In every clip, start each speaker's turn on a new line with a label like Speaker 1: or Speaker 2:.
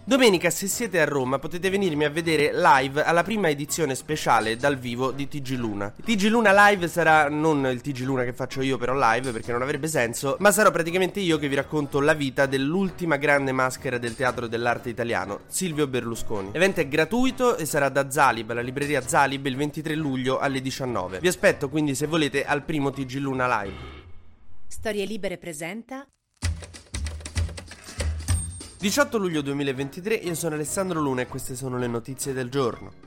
Speaker 1: Domenica, se siete a Roma, potete venirmi a vedere live alla prima edizione speciale dal vivo di TG Luna. TG Luna Live sarà non il TG Luna che faccio io però live, perché non avrebbe senso, ma sarò praticamente io che vi racconto la vita dell'ultima grande maschera del teatro dell'arte italiano, Silvio Berlusconi. L'evento è gratuito e sarà da Zalib, alla libreria Zalib, il 23 luglio alle 19. Vi aspetto quindi, se volete, al primo TG Luna Live.
Speaker 2: Storie Libere presenta
Speaker 1: 18 luglio 2023, io sono Alessandro Luna e queste sono le notizie del giorno.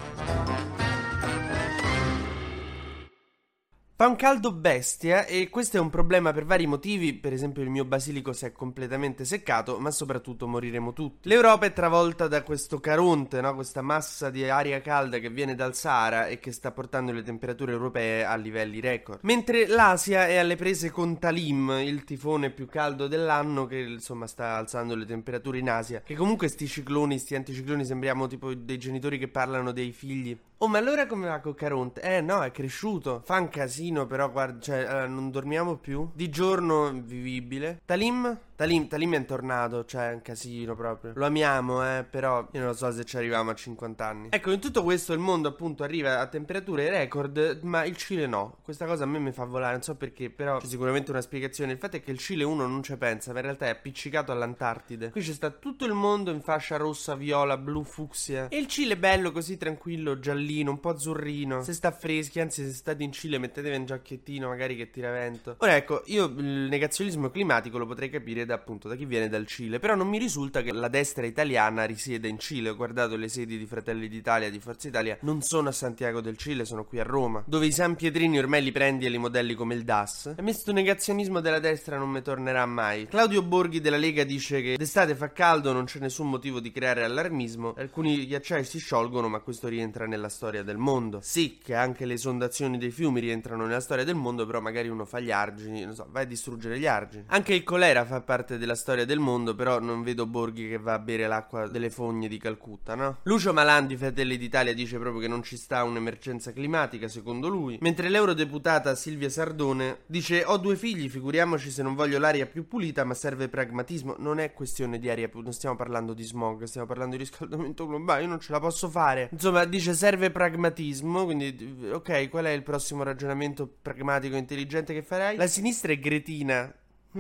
Speaker 1: Fa un caldo bestia e questo è un problema per vari motivi, per esempio il mio basilico si è completamente seccato, ma soprattutto moriremo tutti. L'Europa è travolta da questo caronte, no? Questa massa di aria calda che viene dal Sahara e che sta portando le temperature europee a livelli record. Mentre l'Asia è alle prese con Talim, il tifone più caldo dell'anno che insomma sta alzando le temperature in Asia. Che comunque sti anticicloni sembriamo tipo dei genitori che parlano dei figli. Oh, ma allora come va col Caronte? No, è cresciuto. Fa un casino, però, guarda, cioè, non dormiamo più. Di giorno vivibile. Talim è un tornado, cioè, è un casino proprio. Lo amiamo, però io non so se ci arriviamo a 50 anni. Ecco, in tutto questo il mondo, appunto, arriva a temperature record, ma il Cile no. Questa cosa a me mi fa volare, non so perché, però c'è sicuramente una spiegazione. Il fatto è che il Cile uno non ci pensa, ma in realtà è appiccicato all'Antartide. Qui c'è sta tutto il mondo in fascia rossa, viola, blu, fucsia. E il Cile bello, così tranquillo, giallino, un po' azzurrino. Se sta freschi, anzi se state in Cile mettetevi un giacchettino magari che tira vento. Ora ecco, io il negazionismo climatico lo potrei capire da chi viene dal Cile, però non mi risulta che la destra italiana risieda in Cile. Ho guardato le sedi di Fratelli d'Italia, di Forza Italia, non sono a Santiago del Cile, sono qui a Roma, dove i San Pietrini ormai li prendi e li modelli come il DAS. A me sto negazionismo della destra non mi tornerà mai. Claudio Borghi della Lega dice che d'estate fa caldo, non c'è nessun motivo di creare allarmismo, alcuni ghiacciai si sciolgono, ma questo rientra nella storia del mondo. Sì, che anche le esondazioni dei fiumi rientrano nella storia del mondo, però magari uno fa gli argini, non so, vai a distruggere gli argini. Anche il colera fa parte della storia del mondo, però non vedo Borghi che va a bere l'acqua delle fogne di Calcutta, no? Lucio Malan di Fratelli d'Italia dice proprio che non ci sta un'emergenza climatica, secondo lui, mentre l'eurodeputata Silvia Sardone dice: ho 2 figli, figuriamoci se non voglio l'aria più pulita, ma serve pragmatismo. Non è questione di aria pulita, non stiamo parlando di smog, stiamo parlando di riscaldamento globale, io non ce la posso fare. Insomma, dice serve pragmatismo, quindi ok, qual è il prossimo ragionamento pragmatico e intelligente che farai? La sinistra è gretina.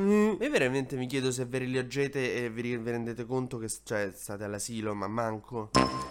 Speaker 1: E veramente mi chiedo se ve li leggete e vi rendete conto che cioè, state all'asilo, ma manco.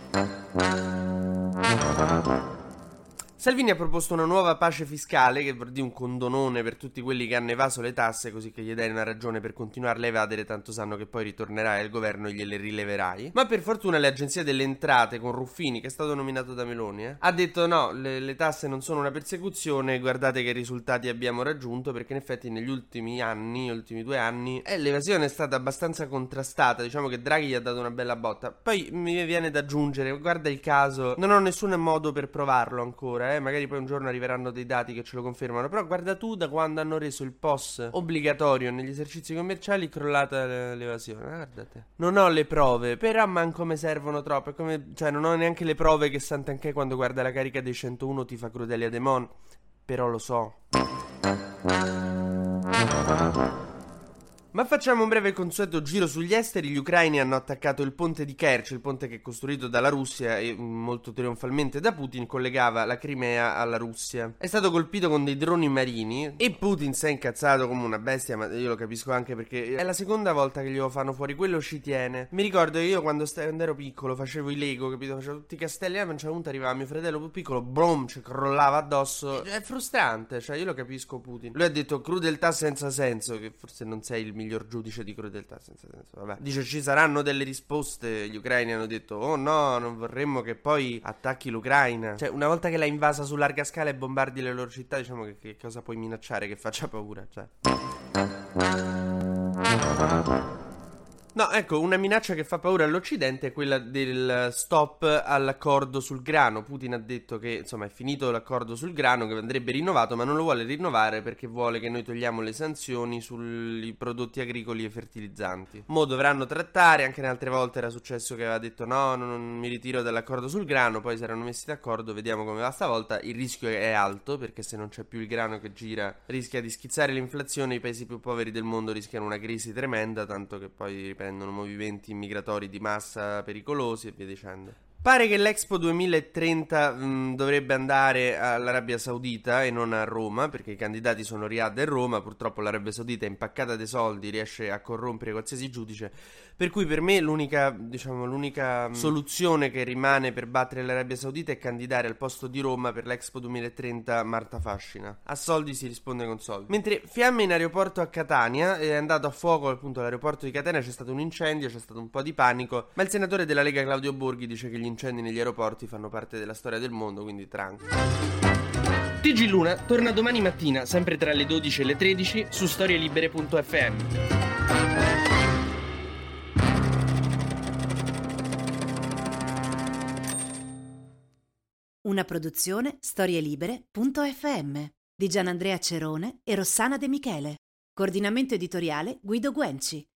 Speaker 1: Salvini ha proposto una nuova pace fiscale, che vuol dire un condonone per tutti quelli che hanno evaso le tasse, così che gli dai una ragione per continuarle a evadere, tanto sanno che poi ritornerai al governo e gliele rileverai. Ma per fortuna l'Agenzia delle Entrate, con Ruffini, che è stato nominato da Meloni, ha detto no, le tasse non sono una persecuzione, guardate che risultati abbiamo raggiunto, perché in effetti negli ultimi 2 anni, l'evasione è stata abbastanza contrastata, diciamo che Draghi gli ha dato una bella botta. Poi mi viene da aggiungere, guarda il caso, non ho nessun modo per provarlo ancora, magari poi un giorno arriveranno dei dati che ce lo confermano, però guarda tu, da quando hanno reso il POS obbligatorio negli esercizi commerciali, crollata l'evasione, guardate. Non ho le prove, però manco me servono troppo, è come, cioè non ho neanche le prove che Santanchè quando guarda la carica dei 101 ti fa Crudelia De Mon, però lo so. Ma facciamo un breve e consueto giro sugli esteri. Gli ucraini hanno attaccato il ponte di Kerch, il ponte che è costruito dalla Russia e molto trionfalmente da Putin collegava la Crimea alla Russia. È stato colpito con dei droni marini e Putin si è incazzato come una bestia, ma io lo capisco anche perché è la seconda volta che glielo fanno fuori, quello ci tiene. Mi ricordo che io quando ero piccolo facevo i Lego, capito? Facevo tutti i castelli, a un certo punto arrivava mio fratello più piccolo, brom, ci crollava addosso. È frustrante, cioè io lo capisco Putin. Lui ha detto crudeltà senza senso, che forse non sei il miglior giudice di crudeltà senza senso, vabbè. Dice ci saranno delle risposte. Gli ucraini hanno detto oh no, non vorremmo che poi attacchi l'Ucraina. Cioè una volta che l'hai invasa su larga scala e bombardi le loro città, diciamo che cosa puoi minacciare che faccia paura, cioè. No, ecco, una minaccia che fa paura all'Occidente è quella del stop all'accordo sul grano. Putin ha detto che, insomma, è finito l'accordo sul grano, che andrebbe rinnovato, ma non lo vuole rinnovare perché vuole che noi togliamo le sanzioni sui prodotti agricoli e fertilizzanti. Mo' dovranno trattare, anche in altre volte era successo che aveva detto no, non mi ritiro dall'accordo sul grano, poi si erano messi d'accordo, vediamo come va stavolta. Il rischio è alto, perché se non c'è più il grano che gira, rischia di schizzare l'inflazione, i paesi più poveri del mondo rischiano una crisi tremenda, tanto che poi, ripeto, rendono movimenti migratori di massa pericolosi e via dicendo. Pare che l'Expo 2030 dovrebbe andare all'Arabia Saudita e non a Roma, perché i candidati sono Riyadh e Roma. Purtroppo l'Arabia Saudita è impaccata dei soldi, riesce a corrompere qualsiasi giudice, per cui per me l'unica soluzione che rimane per battere l'Arabia Saudita è candidare al posto di Roma per l'Expo 2030 Marta Fascina. A soldi si risponde con soldi. Mentre fiamme in aeroporto a Catania, è andato a fuoco appunto l'aeroporto di Catania, c'è stato un incendio, c'è stato un po' di panico, ma il senatore della Lega Claudio Borghi dice che gli incendi negli aeroporti fanno parte della storia del mondo, quindi tranquillo.
Speaker 3: TG Luna torna domani mattina, sempre tra le 12 e le 13, su storielibere.fm.
Speaker 2: Una produzione storielibere.fm di Gianandrea Cerone e Rossana De Michele. Coordinamento editoriale Guido Guenci.